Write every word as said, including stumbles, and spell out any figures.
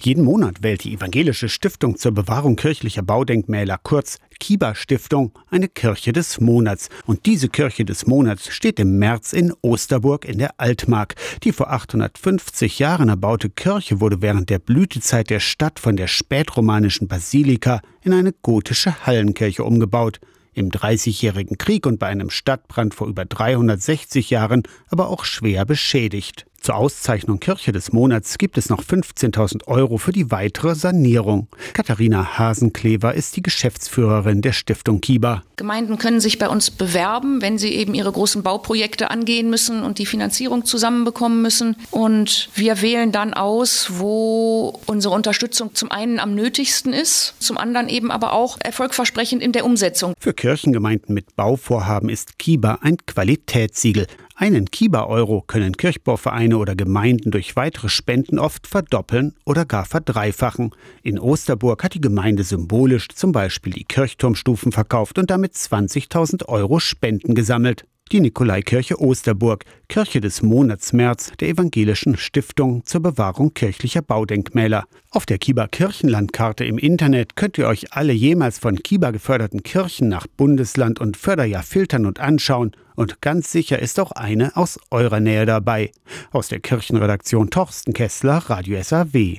Jeden Monat wählt die Evangelische Stiftung zur Bewahrung kirchlicher Baudenkmäler, kurz Kiba-Stiftung, eine Kirche des Monats. Und diese Kirche des Monats steht im März in Osterburg in der Altmark. Die vor achthundertfünfzig Jahren erbaute Kirche wurde während der Blütezeit der Stadt von der spätromanischen Basilika in eine gotische Hallenkirche umgebaut. Im Dreißigjährigen Krieg und bei einem Stadtbrand vor über dreihundertsechzig Jahren aber auch schwer beschädigt. Zur Auszeichnung Kirche des Monats gibt es noch fünfzehntausend Euro für die weitere Sanierung. Katharina Hasenklever ist die Geschäftsführerin der Stiftung Kiba. Gemeinden können sich bei uns bewerben, wenn sie eben ihre großen Bauprojekte angehen müssen und die Finanzierung zusammenbekommen müssen. Und wir wählen dann aus, wo unsere Unterstützung zum einen am nötigsten ist, zum anderen eben aber auch erfolgversprechend in der Umsetzung. Für Kirchengemeinden mit Bauvorhaben ist Kiba ein Qualitätssiegel. Einen Kiba-Euro können Kirchbauvereine oder Gemeinden durch weitere Spenden oft verdoppeln oder gar verdreifachen. In Osterburg hat die Gemeinde symbolisch zum Beispiel die Kirchturmstufen verkauft und damit zwanzigtausend Euro Spenden gesammelt. Die Nikolaikirche Osterburg, Kirche des Monats März der Evangelischen Stiftung zur Bewahrung kirchlicher Baudenkmäler. Auf der Kiba Kirchenlandkarte im Internet könnt ihr euch alle jemals von Kiba geförderten Kirchen nach Bundesland und Förderjahr filtern und anschauen. Und ganz sicher ist auch eine aus eurer Nähe dabei. Aus der Kirchenredaktion Torsten Kessler, Radio S A W.